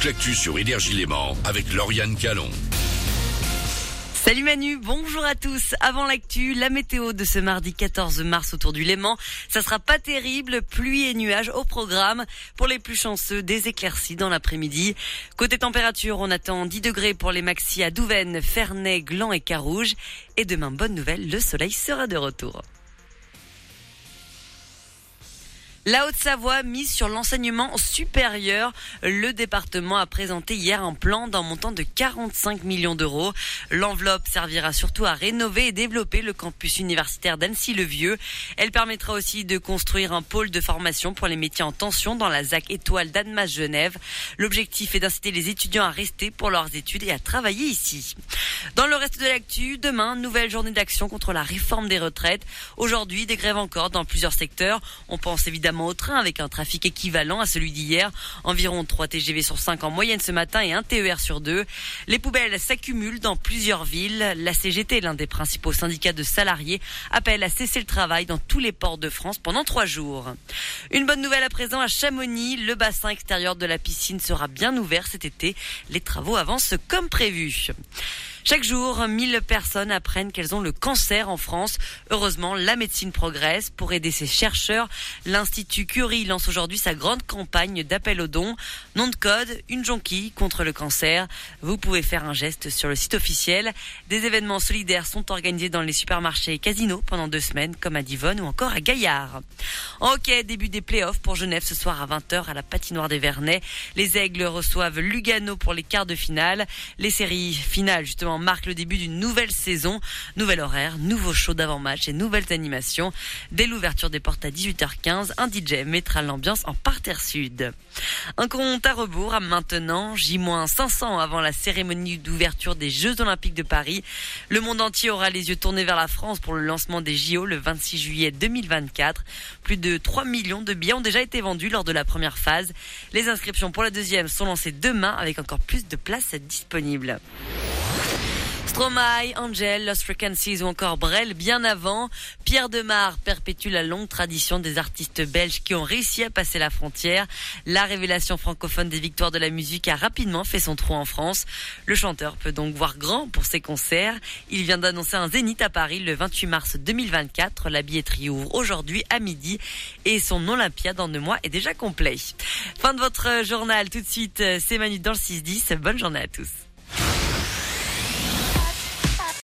toute l'actu sur Énergie Léman avec Lauriane Calon. Salut Manu, bonjour à tous. Avant l'actu, la météo de ce mardi 14 mars autour du Léman. Ça sera pas terrible, pluie et nuages au programme. Pour les plus chanceux, des éclaircies dans l'après-midi. Côté température, on attend 10 degrés pour les maxis à Douvaine, Ferney, Gland et Carouge. Et demain, bonne nouvelle, le soleil sera de retour. La Haute-Savoie mise sur l'enseignement supérieur. Le département a présenté hier un plan d'un montant de 45 millions d'euros. L'enveloppe servira surtout à rénover et développer le campus universitaire d'Annecy-le-Vieux. Elle permettra aussi de construire un pôle de formation pour les métiers en tension dans la ZAC Étoile d'Annemasse-Genève. L'objectif est d'inciter les étudiants à rester pour leurs études et à travailler ici. Dans le reste de l'actu, demain, nouvelle journée d'action contre la réforme des retraites. Aujourd'hui, des grèves encore dans plusieurs secteurs. On pense évidemment au train avec un trafic équivalent à celui d'hier. Environ 3 TGV sur 5 en moyenne ce matin et 1 TER sur 2. Les poubelles s'accumulent dans plusieurs villes. La CGT, l'un des principaux syndicats de salariés, appelle à cesser le travail dans tous les ports de France pendant 3 jours. Une bonne nouvelle à présent à Chamonix. Le bassin extérieur de la piscine sera bien ouvert cet été. Les travaux avancent comme prévu. Chaque jour, 1000 personnes apprennent qu'elles ont le cancer en France. Heureusement, la médecine progresse. Pour aider ces chercheurs, l'Institut Curie lance aujourd'hui sa grande campagne d'appel aux dons. Nom de code, une jonquille contre le cancer. Vous pouvez faire un geste sur le site officiel. Des événements solidaires sont organisés dans les supermarchés et casinos pendant 2 semaines, comme à Divonne ou encore à Gaillard. En hockey, début des playoffs pour Genève ce soir à 20h à la patinoire des Vernets. Les Aigles reçoivent Lugano pour les quarts de finale. Les séries finales, justement, marque le début d'une nouvelle saison, nouvel horaire, nouveau show d'avant-match et nouvelles animations. Dès l'ouverture des portes à 18h15, un DJ mettra l'ambiance en parterre sud. Un compte à rebours à maintenant, J-500 avant la cérémonie d'ouverture des Jeux Olympiques de Paris. Le monde entier aura les yeux tournés vers la France pour le lancement des JO le 26 juillet 2024. Plus de 3 millions de billets ont déjà été vendus lors de la première phase. Les inscriptions pour la deuxième sont lancées demain avec encore plus de places disponibles. Stromae, Angel, Lost Frequencies ou encore Brel bien avant. Pierre Demar perpétue la longue tradition des artistes belges qui ont réussi à passer la frontière. La révélation francophone des victoires de la musique a rapidement fait son trou en France. Le chanteur peut donc voir grand pour ses concerts. Il vient d'annoncer un zénith à Paris le 28 mars 2024. La billetterie ouvre aujourd'hui à midi et son Olympia dans 2 mois est déjà complet. Fin de votre journal. Tout de suite, c'est Manu dans le 6-10. Bonne journée à tous.